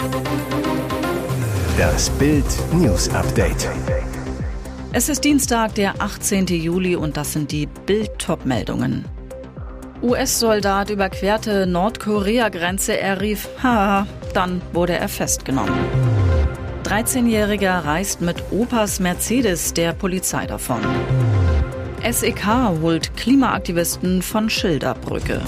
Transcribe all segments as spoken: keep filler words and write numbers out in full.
Das Bild News Update. Es ist Dienstag, der achtzehnten Juli und das sind die Bild-Top-Meldungen. U S-Soldat überquerte Nordkorea-Grenze, er rief Haha, dann wurde er festgenommen. dreizehnjähriger reist mit Opas Mercedes der Polizei davon. S E K holt Klimaaktivisten von Schilderbrücke.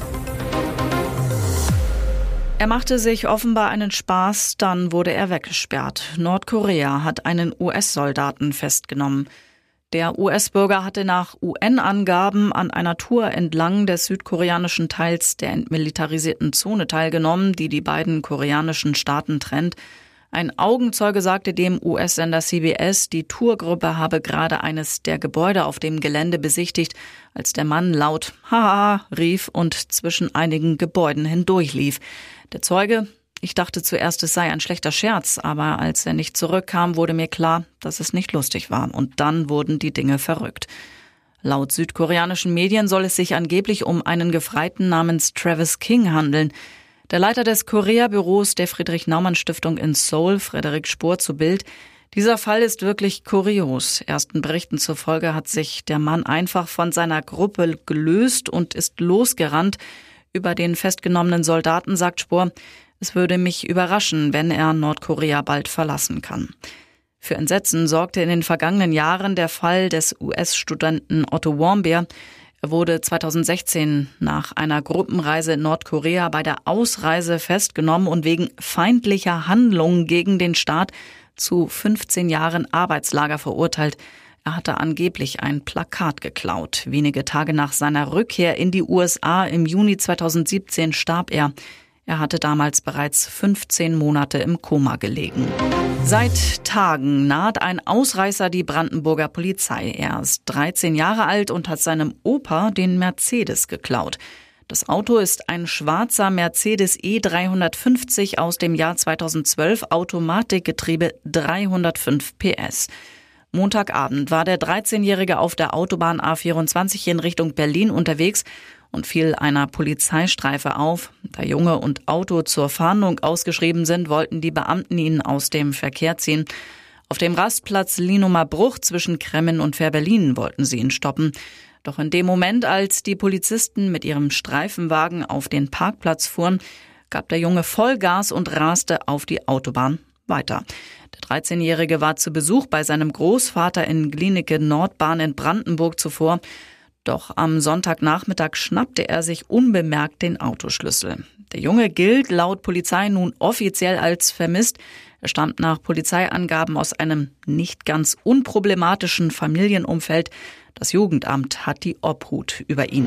Er machte sich offenbar einen Spaß, dann wurde er weggesperrt. Nordkorea hat einen U S-Soldaten festgenommen. Der U S-Bürger hatte nach U N-Angaben an einer Tour entlang des südkoreanischen Teils der entmilitarisierten Zone teilgenommen, die die beiden koreanischen Staaten trennt. Ein Augenzeuge sagte dem U S-Sender C B S, die Tourgruppe habe gerade eines der Gebäude auf dem Gelände besichtigt, als der Mann laut Haha rief und zwischen einigen Gebäuden hindurchlief. Der Zeuge: Ich dachte zuerst, es sei ein schlechter Scherz, aber als er nicht zurückkam, wurde mir klar, dass es nicht lustig war. Und dann wurden die Dinge verrückt. Laut südkoreanischen Medien soll es sich angeblich um einen Gefreiten namens Travis King handeln. Der Leiter des Korea-Büros der Friedrich-Naumann-Stiftung in Seoul, Frederik Spohr, zu Bild: Dieser Fall ist wirklich kurios. Ersten Berichten zufolge hat sich der Mann einfach von seiner Gruppe gelöst und ist losgerannt. Über den festgenommenen Soldaten sagt Spohr: Es würde mich überraschen, wenn er Nordkorea bald verlassen kann. Für Entsetzen sorgte in den vergangenen Jahren der Fall des U S-Studenten Otto Warmbier. Er wurde zweitausendsechzehn nach einer Gruppenreise in Nordkorea bei der Ausreise festgenommen und wegen feindlicher Handlungen gegen den Staat zu fünfzehn Jahren Arbeitslager verurteilt. Er hatte angeblich ein Plakat geklaut. Wenige Tage nach seiner Rückkehr in die U S A im Juni zweitausendsiebzehn starb er. Er hatte damals bereits fünfzehn Monate im Koma gelegen. Seit Tagen naht ein Ausreißer die Brandenburger Polizei. Er ist dreizehn Jahre alt und hat seinem Opa den Mercedes geklaut. Das Auto ist ein schwarzer Mercedes E dreihundertfünfzig aus dem Jahr zweitausendzwölf, Automatikgetriebe, dreihundertfünf P S. Montagabend war der dreizehnjährige auf der Autobahn A vierundzwanzig in Richtung Berlin unterwegs und fiel einer Polizeistreife auf. Da Junge und Auto zur Fahndung ausgeschrieben sind, wollten die Beamten ihn aus dem Verkehr ziehen. Auf dem Rastplatz Lienumer Bruch zwischen Kremmen und Fährberlin wollten sie ihn stoppen. Doch in dem Moment, als die Polizisten mit ihrem Streifenwagen auf den Parkplatz fuhren, gab der Junge Vollgas und raste auf die Autobahn weiter. Der dreizehnjährige war zu Besuch bei seinem Großvater in Glienicke Nordbahn in Brandenburg zuvor. Doch am Sonntagnachmittag schnappte er sich unbemerkt den Autoschlüssel. Der Junge gilt laut Polizei nun offiziell als vermisst. Er stammt nach Polizeiangaben aus einem nicht ganz unproblematischen Familienumfeld. Das Jugendamt hat die Obhut über ihn.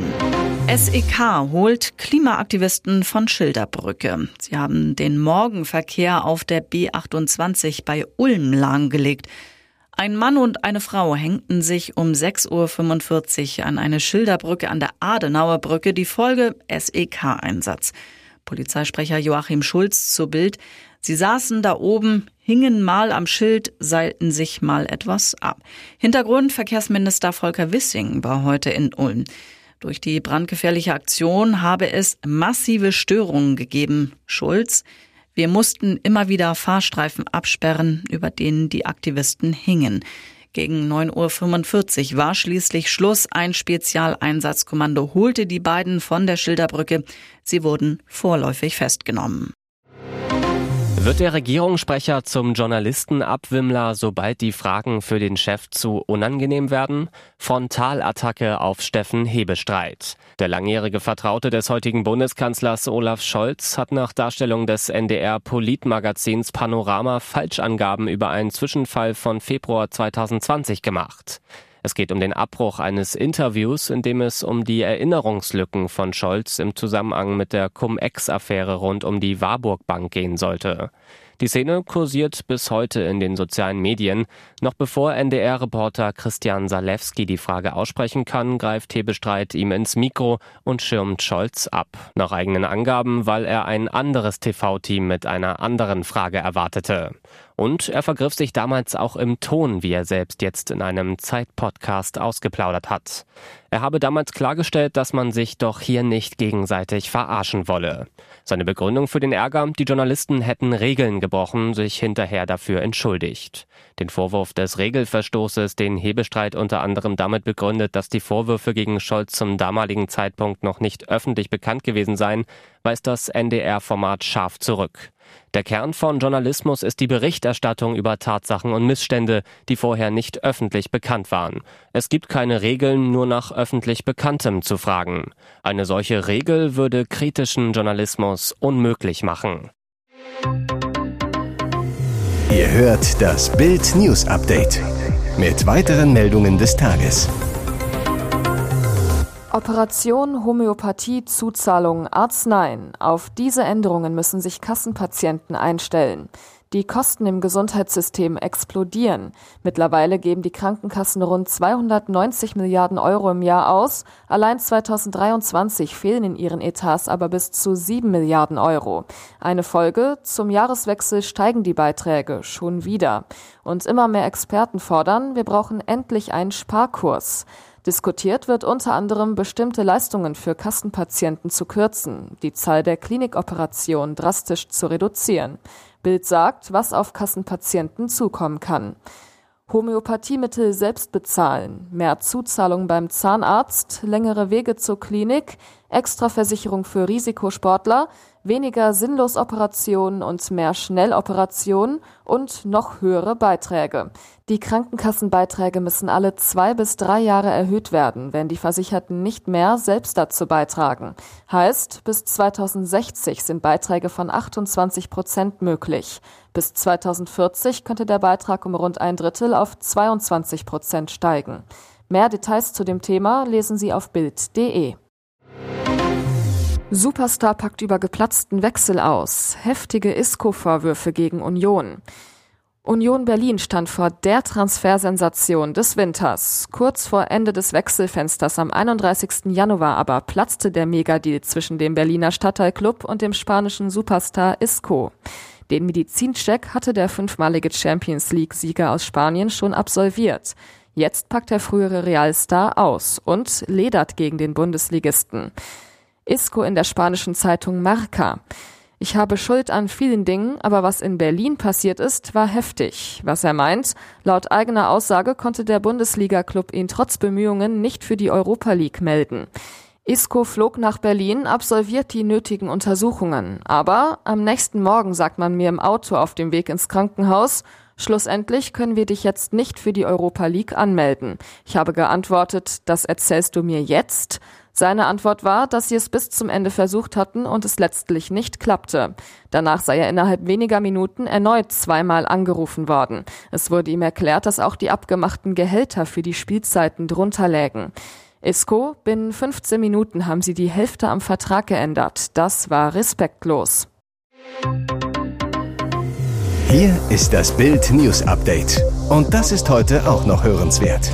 S E K holt Klimaaktivisten von Schilderbrücke. Sie haben den Morgenverkehr auf der B achtundzwanzig bei Ulm lahmgelegt. Ein Mann und eine Frau hängten sich um sechs Uhr fünfundvierzig an eine Schilderbrücke an der Adenauer Brücke. Die Folge: S E K-Einsatz. Polizeisprecher Joachim Schulz zu Bild: Sie saßen da oben, hingen mal am Schild, seilten sich mal etwas ab. Hintergrund: Verkehrsminister Volker Wissing war heute in Ulm. Durch die brandgefährliche Aktion habe es massive Störungen gegeben. Schulz: Wir mussten immer wieder Fahrstreifen absperren, über denen die Aktivisten hingen. Gegen neun Uhr fünfundvierzig war schließlich Schluss. Ein Spezialeinsatzkommando holte die beiden von der Schilderbrücke. Sie wurden vorläufig festgenommen. Wird der Regierungssprecher zum Journalistenabwimmler, sobald die Fragen für den Chef zu unangenehm werden? Frontalattacke auf Steffen Hebestreit. Der langjährige Vertraute des heutigen Bundeskanzlers Olaf Scholz hat nach Darstellung des N D R-Politmagazins Panorama Falschangaben über einen Zwischenfall von Februar zweitausendzwanzig gemacht. Es geht um den Abbruch eines Interviews, in dem es um die Erinnerungslücken von Scholz im Zusammenhang mit der Cum-Ex-Affäre rund um die Warburg Bank gehen sollte. Die Szene kursiert bis heute in den sozialen Medien. Noch bevor N D R-Reporter Christian Salewski die Frage aussprechen kann, greift Hebestreit ihm ins Mikro und schirmt Scholz ab. Nach eigenen Angaben, weil er ein anderes T V-Team mit einer anderen Frage erwartete. Und er vergriff sich damals auch im Ton, wie er selbst jetzt in einem Zeit-Podcast ausgeplaudert hat. Er habe damals klargestellt, dass man sich doch hier nicht gegenseitig verarschen wolle. Seine Begründung für den Ärger: Die Journalisten hätten Regeln gebrochen, sich hinterher dafür entschuldigt. Den Vorwurf des Regelverstoßes, den Hebestreit unter anderem damit begründet, dass die Vorwürfe gegen Scholz zum damaligen Zeitpunkt noch nicht öffentlich bekannt gewesen seien, weist das N D R-Format scharf zurück. Der Kern von Journalismus ist die Berichterstattung über Tatsachen und Missstände, die vorher nicht öffentlich bekannt waren. Es gibt keine Regeln, nur nach öffentlich Bekanntem zu fragen. Eine solche Regel würde kritischen Journalismus unmöglich machen. Ihr hört das Bild News Update mit weiteren Meldungen des Tages. Operation Homöopathie, Zuzahlung, Arzneien. Auf diese Änderungen müssen sich Kassenpatienten einstellen. Die Kosten im Gesundheitssystem explodieren. Mittlerweile geben die Krankenkassen rund zweihundertneunzig Milliarden Euro im Jahr aus. Allein zweitausenddreiundzwanzig fehlen in ihren Etats aber bis zu sieben Milliarden Euro. Eine Folge: Zum Jahreswechsel steigen die Beiträge schon wieder. Und immer mehr Experten fordern, wir brauchen endlich einen Sparkurs. Diskutiert wird unter anderem, bestimmte Leistungen für Kassenpatienten zu kürzen, die Zahl der Klinikoperationen drastisch zu reduzieren. Bild sagt, was auf Kassenpatienten zukommen kann. Homöopathiemittel selbst bezahlen, mehr Zuzahlung beim Zahnarzt, längere Wege zur Klinik, Extraversicherung für Risikosportler, weniger Sinnlosoperationen und mehr Schnelloperationen und noch höhere Beiträge. Die Krankenkassenbeiträge müssen alle zwei bis drei Jahre erhöht werden, wenn die Versicherten nicht mehr selbst dazu beitragen. Heißt, bis zweitausendsechzig sind Beiträge von achtundzwanzig Prozent möglich. Bis zweitausendvierzig könnte der Beitrag um rund ein Drittel auf zweiundzwanzig Prozent steigen. Mehr Details zu dem Thema lesen Sie auf bild punkt de. Superstar packt über geplatzten Wechsel aus. Heftige Isco-Vorwürfe gegen Union. Union Berlin stand vor der Transfersensation des Winters. Kurz vor Ende des Wechselfensters am einunddreißigsten Januar aber platzte der Megadeal zwischen dem Berliner Stadtteilclub und dem spanischen Superstar Isco. Den Medizincheck hatte der fünfmalige Champions-League-Sieger aus Spanien schon absolviert. Jetzt packt der frühere Realstar aus und ledert gegen den Bundesligisten. Isco in der spanischen Zeitung Marca. Ich habe Schuld an vielen Dingen, aber was in Berlin passiert ist, war heftig. Was er meint: Laut eigener Aussage konnte der Bundesliga-Club ihn trotz Bemühungen nicht für die Europa League melden. Isco flog nach Berlin, absolviert die nötigen Untersuchungen. Aber am nächsten Morgen sagt man mir im Auto auf dem Weg ins Krankenhaus: Schlussendlich können wir dich jetzt nicht für die Europa League anmelden. Ich habe geantwortet: Das erzählst du mir jetzt? Seine Antwort war, dass sie es bis zum Ende versucht hatten und es letztlich nicht klappte. Danach sei er innerhalb weniger Minuten erneut zweimal angerufen worden. Es wurde ihm erklärt, dass auch die abgemachten Gehälter für die Spielzeiten drunter lägen. Isco: Binnen fünfzehn Minuten haben sie die Hälfte am Vertrag geändert. Das war respektlos. Hier ist das Bild News Update. Und das ist heute auch noch hörenswert.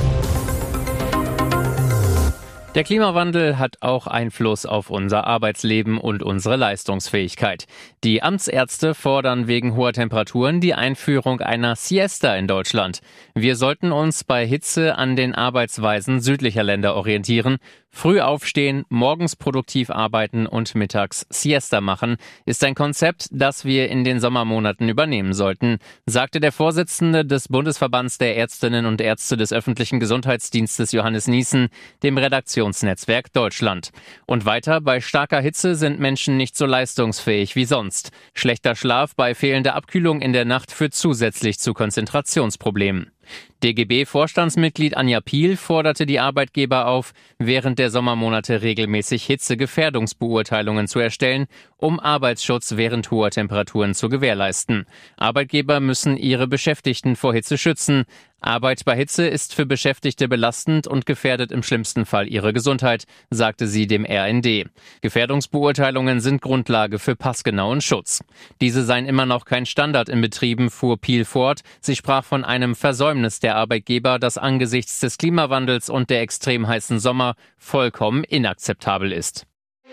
Der Klimawandel hat auch Einfluss auf unser Arbeitsleben und unsere Leistungsfähigkeit. Die Amtsärzte fordern wegen hoher Temperaturen die Einführung einer Siesta in Deutschland. Wir sollten uns bei Hitze an den Arbeitsweisen südlicher Länder orientieren. Früh aufstehen, morgens produktiv arbeiten und mittags Siesta machen, ist ein Konzept, das wir in den Sommermonaten übernehmen sollten, sagte der Vorsitzende des Bundesverbands der Ärztinnen und Ärzte des öffentlichen Gesundheitsdienstes Johannes Niesen dem Redaktionsnetzwerk Deutschland. Und weiter: Bei starker Hitze sind Menschen nicht so leistungsfähig wie sonst. Schlechter Schlaf bei fehlender Abkühlung in der Nacht führt zusätzlich zu Konzentrationsproblemen. D G B-Vorstandsmitglied Anja Piel forderte die Arbeitgeber auf, während der Sommermonate regelmäßig Hitzegefährdungsbeurteilungen zu erstellen, um Arbeitsschutz während hoher Temperaturen zu gewährleisten. Arbeitgeber müssen ihre Beschäftigten vor Hitze schützen. Arbeit bei Hitze ist für Beschäftigte belastend und gefährdet im schlimmsten Fall ihre Gesundheit, sagte sie dem R N D. Gefährdungsbeurteilungen sind Grundlage für passgenauen Schutz. Diese seien immer noch kein Standard in Betrieben, fuhr Piel fort. Sie sprach von einem Versäumnis der Arbeitgeber, das angesichts des Klimawandels und der extrem heißen Sommer vollkommen inakzeptabel ist.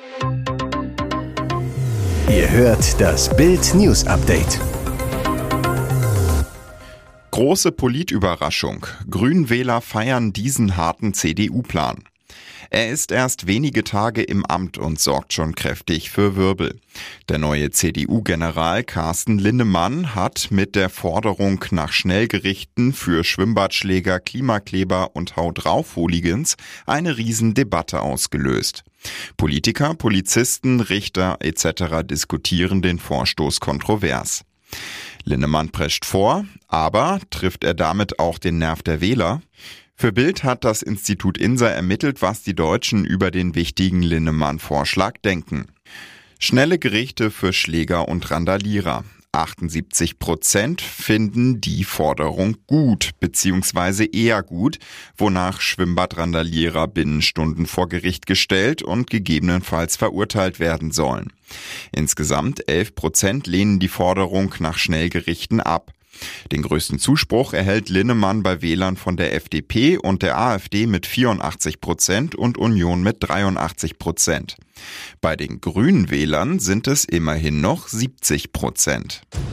Ihr hört das Bild News Update. Große Politüberraschung. Grünwähler feiern diesen harten C D U-Plan. Er ist erst wenige Tage im Amt und sorgt schon kräftig für Wirbel. Der neue C D U-General Carsten Linnemann hat mit der Forderung nach Schnellgerichten für Schwimmbadschläger, Klimakleber und Haut-drauf-Hooligans eine Riesendebatte ausgelöst. Politiker, Polizisten, Richter et cetera diskutieren den Vorstoß kontrovers. Linnemann prescht vor, aber trifft er damit auch den Nerv der Wähler? Für Bild hat das Institut INSA ermittelt, was die Deutschen über den wichtigen Linnemann-Vorschlag denken. Schnelle Gerichte für Schläger und Randalierer. achtundsiebzig Prozent finden die Forderung gut bzw. eher gut, wonach Schwimmbadrandalierer binnen Stunden vor Gericht gestellt und gegebenenfalls verurteilt werden sollen. Insgesamt elf Prozent lehnen die Forderung nach Schnellgerichten ab. Den größten Zuspruch erhält Linnemann bei Wählern von der F D P und der AfD mit vierundachtzig Prozent und Union mit dreiundachtzig Prozent. Bei den Grünen Wählern sind es immerhin noch siebzig Prozent.